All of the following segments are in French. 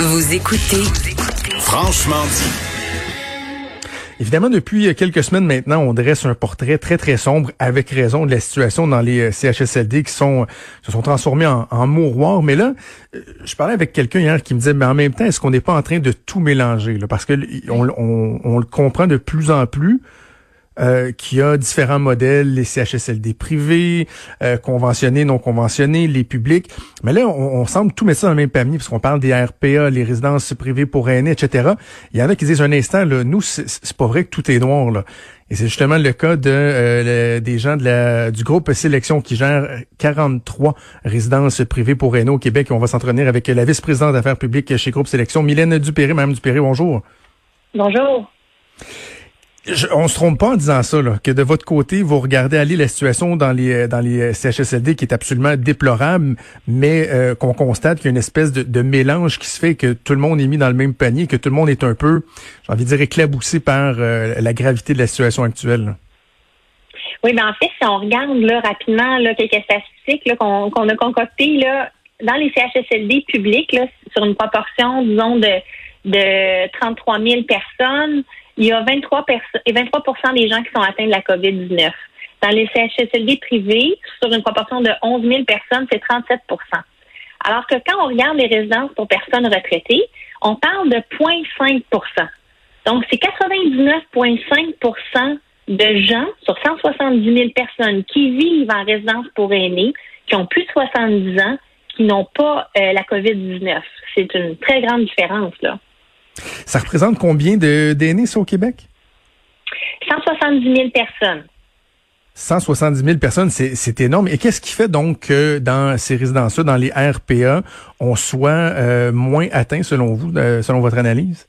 Vous écoutez Franchement dit. Évidemment, depuis quelques semaines maintenant, on dresse un portrait très, très sombre, avec raison, de la situation dans les CHSLD qui se sont transformés en mouroirs. Mais là, je parlais avec quelqu'un hier qui me disait, mais en même temps, est-ce qu'on n'est pas en train de tout mélanger, là? Parce que on le comprend de plus en plus. Qu'il y a différents modèles, les CHSLD privés, conventionnés, non conventionnés, les publics. Mais là, on semble tout mettre ça dans le même panier, parce qu'on parle des RPA, les résidences privées pour aînés, etc. Il y en a qui disent un instant, là, nous, c'est pas vrai que tout est noir, là. Et c'est justement le cas des gens du groupe Sélection qui gère 43 résidences privées pour aînés au Québec. On va s'entretenir avec la vice-présidente d'affaires publiques chez Groupe Sélection, Mylène Dupéré. Madame Dupéré, bonjour. Bonjour. On se trompe pas en disant ça, là, que de votre côté, vous regardez aller la situation dans les CHSLD qui est absolument déplorable, mais qu'on constate qu'il y a une espèce de mélange qui se fait, que tout le monde est mis dans le même panier, que tout le monde est un peu, j'ai envie de dire, éclaboussé par la gravité de la situation actuelle, là. Oui, mais en fait, si on regarde là, rapidement là, quelques statistiques là, qu'on a concoctées là, dans les CHSLD publics, là, sur une proportion, disons, de 33 000 personnes, il y a 23 des gens qui sont atteints de la COVID-19. Dans les CHSLD privés, sur une proportion de 11 000 personnes, c'est 37 % Alors que quand on regarde les résidences pour personnes retraitées, on parle de 0,5 %. Donc, c'est 99,5 % de gens sur 170 000 personnes qui vivent en résidence pour aînés, qui ont plus de 70 ans, qui n'ont pas la COVID-19. C'est une très grande différence, là. Ça représente combien d'aînés, ça, au Québec? 170 000 personnes. 170 000 personnes, c'est énorme. Et qu'est-ce qui fait donc que dans ces résidences-là, dans les RPA, on soit moins atteint, selon vous, selon votre analyse?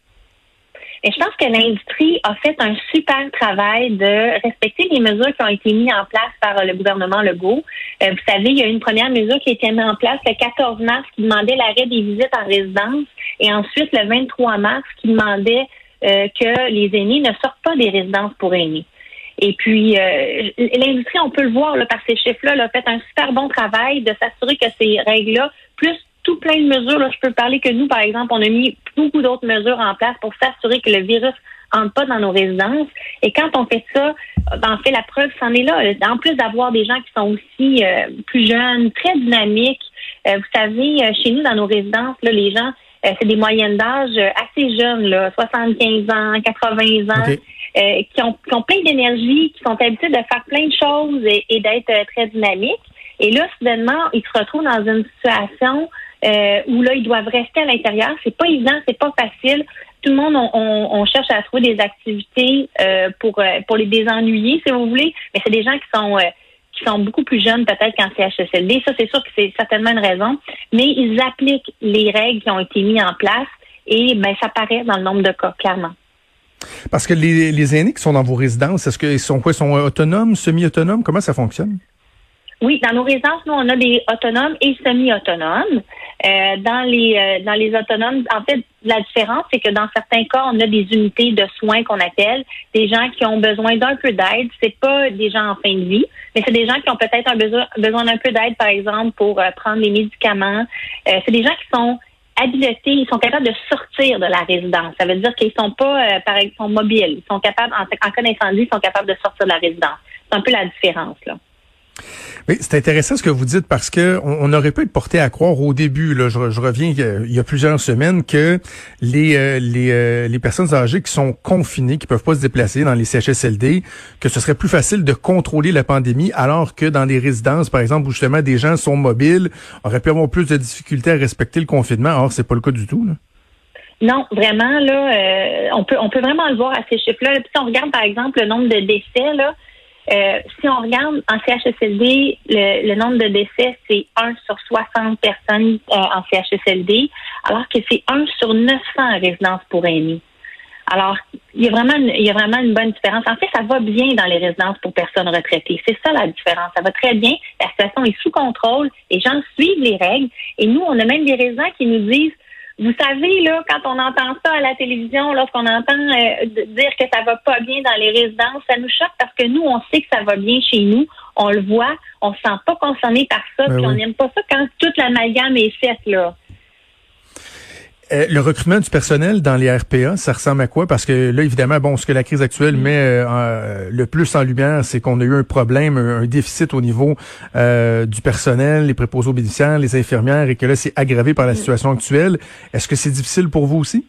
Et je pense que l'industrie a fait un super travail de respecter les mesures qui ont été mises en place par le gouvernement Legault. Vous savez, il y a une première mesure qui a été mise en place le 14 mars qui demandait l'arrêt des visites en résidence et ensuite le 23 mars qui demandait que les aînés ne sortent pas des résidences pour aînés. Et puis, l'industrie, on peut le voir là, par ces chiffres-là, a fait un super bon travail de s'assurer que ces règles-là, plus tout plein de mesures, là, je peux parler que nous, par exemple, on a mis beaucoup d'autres mesures en place pour s'assurer que le virus entre pas dans nos résidences. Et quand on fait ça, en fait, la preuve, c'en est là. En plus d'avoir des gens qui sont aussi plus jeunes, très dynamiques, vous savez, chez nous, dans nos résidences, là, les gens, c'est des moyennes d'âge assez jeunes, là, 75 ans, 80 ans, Okay. qui ont plein d'énergie, qui sont habitués de faire plein de choses et d'être très dynamiques. Et là, soudainement, ils se retrouvent dans une situation où là, ils doivent rester à l'intérieur. C'est pas évident, c'est pas facile. Tout le monde, on cherche à trouver des activités pour les désennuyer, si vous voulez. Mais c'est des gens qui sont beaucoup plus jeunes peut-être qu'en CHSLD. Ça, c'est sûr que c'est certainement une raison. Mais ils appliquent les règles qui ont été mises en place et ben ça paraît dans le nombre de cas, clairement. Parce que les aînés qui sont dans vos résidences, est-ce qu'ils sont quoi? Ils sont autonomes, semi-autonomes? Comment ça fonctionne? Oui, dans nos résidences, nous, on a des autonomes et semi-autonomes. Dans les autonomes, en fait, la différence, c'est que dans certains cas, on a des unités de soins qu'on appelle, des gens qui ont besoin d'un peu d'aide. C'est pas des gens en fin de vie, mais c'est des gens qui ont peut-être besoin d'un peu d'aide, par exemple, pour prendre les médicaments. C'est des gens qui sont habilités, ils sont capables de sortir de la résidence. Ça veut dire qu'ils sont pas, pareil, ils sont mobiles. Ils sont capables, en cas d'incendie, ils sont capables de sortir de la résidence. C'est un peu la différence, là. Mais c'est intéressant ce que vous dites parce que on aurait pu être porté à croire au début, là, je reviens il y a plusieurs semaines, que les personnes âgées qui sont confinées, qui peuvent pas se déplacer dans les CHSLD, que ce serait plus facile de contrôler la pandémie, alors que dans des résidences, par exemple, où justement des gens sont mobiles, auraient pu avoir plus de difficultés à respecter le confinement. Or, c'est pas le cas du tout, là. Non, vraiment, là, on peut vraiment le voir à ces chiffres-là. Puis si on regarde, par exemple, le nombre de décès, là, si on regarde en CHSLD, le nombre de décès, c'est 1 sur 60 personnes en CHSLD, alors que c'est 1 sur 900 en résidence pour aînés. Alors, il y a vraiment une bonne différence. En fait, ça va bien dans les résidences pour personnes retraitées. C'est ça la différence. Ça va très bien. La situation est sous contrôle. Les gens suivent les règles. Et nous, on a même des résidents qui nous disent, vous savez, là, quand on entend ça à la télévision, lorsqu'on entend dire que ça va pas bien dans les résidences, ça nous choque parce que nous, on sait que ça va bien chez nous. On le voit. On se sent pas concerné par ça. Puis on n'aime pas ça quand toute l'amalgame est faite, là. Le recrutement du personnel dans les RPA, ça ressemble à quoi? Parce que là, évidemment, bon, ce que la crise actuelle met le plus en lumière, c'est qu'on a eu un problème, un déficit au niveau du personnel, les préposés aux bénéficiaires, les infirmières, et que là, c'est aggravé par la situation actuelle. Est-ce que c'est difficile pour vous aussi?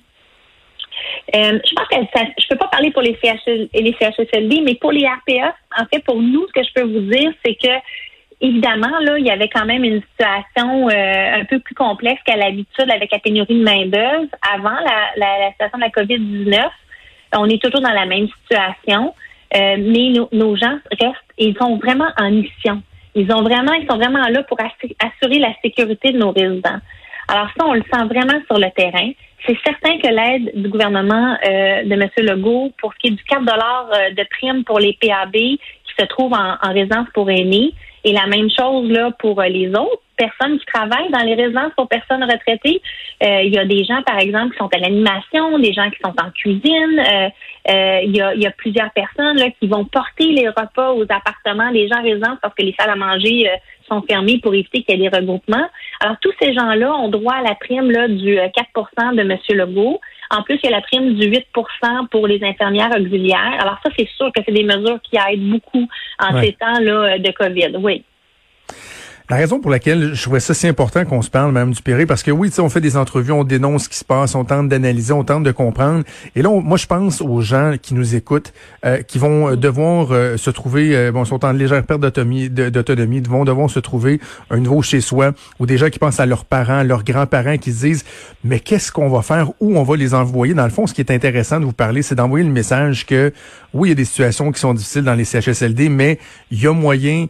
Je pense que je peux pas parler pour les CHSLD, mais pour les RPA, en fait, pour nous, ce que je peux vous dire, c'est que évidemment, là, il y avait quand même une situation un peu plus complexe qu'à l'habitude avec la pénurie de main-d'œuvre. Avant la situation de la COVID-19, on est toujours dans la même situation, mais nos gens restent, ils sont vraiment en mission. Ils sont vraiment là pour assurer la sécurité de nos résidents. Alors ça, on le sent vraiment sur le terrain. C'est certain que l'aide du gouvernement de M. Legault, pour ce qui est du 4 $ de prime pour les PAB qui se trouvent en résidence pour aînés, et la même chose là pour les autres personnes qui travaillent dans les résidences pour personnes retraitées. Il y a des gens, par exemple, qui sont à l'animation, des gens qui sont en cuisine. Il y a plusieurs personnes là qui vont porter les repas aux appartements des gens résidents parce que les salles à manger sont fermées pour éviter qu'il y ait des regroupements. Alors, tous ces gens-là ont droit à la prime là du 4 % de M. Legault. En plus, il y a la prime du 8 % pour les infirmières auxiliaires. Alors ça, c'est sûr que c'est des mesures qui aident beaucoup en ces temps-là de COVID. Oui. La raison pour laquelle je trouvais ça si important qu'on se parle, Mme Dupéré, parce que oui, tu sais, on fait des entrevues, on dénonce ce qui se passe, on tente d'analyser, on tente de comprendre. Et là, moi, je pense aux gens qui nous écoutent, qui vont devoir se trouver, sont en légère perte d'autonomie, vont devoir se trouver un nouveau chez soi, ou des gens qui pensent à leurs parents, leurs grands-parents, qui se disent, mais qu'est-ce qu'on va faire, où on va les envoyer? Dans le fond, ce qui est intéressant de vous parler, c'est d'envoyer le message que, oui, il y a des situations qui sont difficiles dans les CHSLD, mais il y a moyen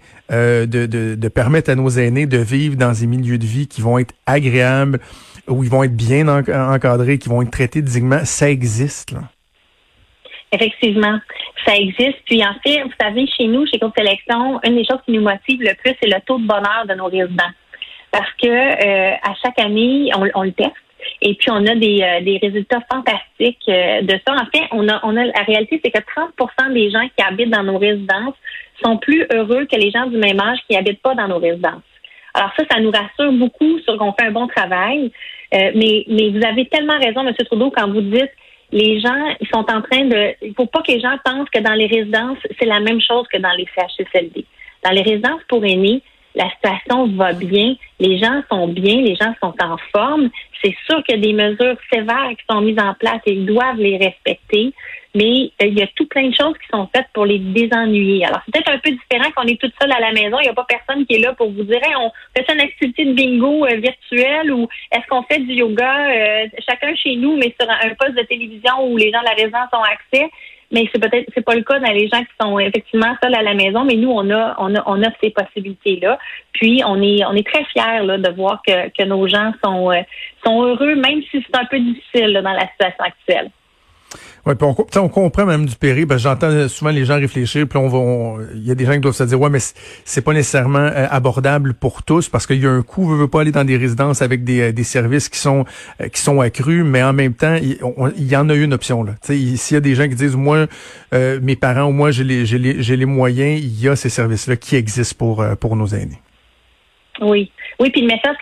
de permettre à nos aînés de vivre dans des milieux de vie qui vont être agréables, où ils vont être bien encadrés, qui vont être traités dignement. Ça existe, là. Effectivement, ça existe. Puis en fait, vous savez, chez nous, chez Groupe Sélection, une des choses qui nous motive le plus, c'est le taux de bonheur de nos résidents. Parce que à chaque année, on le teste. Et puis, on a des résultats fantastiques de ça. En fait, on a la réalité, c'est que 30 % des gens qui habitent dans nos résidences sont plus heureux que les gens du même âge qui habitent pas dans nos résidences. Alors ça nous rassure beaucoup sur qu'on fait un bon travail. Mais vous avez tellement raison, M. Trudeau, quand vous dites les gens, ils sont en train de... Il faut pas que les gens pensent que dans les résidences, c'est la même chose que dans les CHSLD. Dans les résidences pour aînés, la situation va bien, les gens sont bien, les gens sont en forme. C'est sûr qu'il y a des mesures sévères qui sont mises en place et ils doivent les respecter, mais il y a tout plein de choses qui sont faites pour les désennuyer. Alors, c'est peut-être un peu différent qu'on est toute seule à la maison. Il n'y a pas personne qui est là pour vous dire hey, on fait une activité de bingo virtuelle ou est-ce qu'on fait du yoga chacun chez nous, mais sur un poste de télévision où les gens de la résidence ont accès. Mais c'est pas le cas dans les gens qui sont effectivement seuls à la maison, mais nous on a ces possibilités-là. Puis on est très fiers là, de voir que nos gens sont heureux, même si c'est un peu difficile là, dans la situation actuelle. Ouais, puis on comprend même du Dupéré, parce que j'entends souvent les gens réfléchir, puis il y a des gens qui doivent se dire ouais, mais c'est pas nécessairement abordable pour tous, parce qu'il y a un coût, veut pas aller dans des résidences avec des services qui sont accrus, mais en même temps, il y en a une option là. Tu sais, s'il y a des gens qui disent moi mes parents ou moi j'ai les moyens, il y a ces services-là qui existent pour nos aînés. Oui, puis le message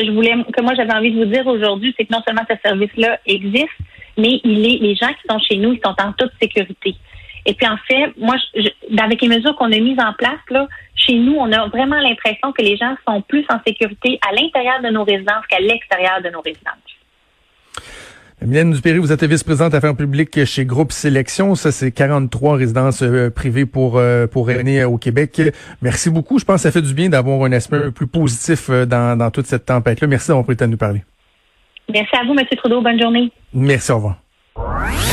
que moi j'avais envie de vous dire aujourd'hui, c'est que non seulement ce service-là existe, mais les gens qui sont chez nous, ils sont en toute sécurité. Et puis en fait, moi, avec les mesures qu'on a mises en place là, chez nous, on a vraiment l'impression que les gens sont plus en sécurité à l'intérieur de nos résidences qu'à l'extérieur de nos résidences. Mylène Dupéré, vous êtes vice-présidente affaires publiques chez Groupe Sélection. Ça, c'est 43 résidences privées pour aînés au Québec. Merci beaucoup. Je pense que ça fait du bien d'avoir un aspect un peu plus positif dans toute cette tempête-là. Merci d'avoir pris le temps de nous parler. Merci à vous, M. Trudeau. Bonne journée. Merci, au revoir.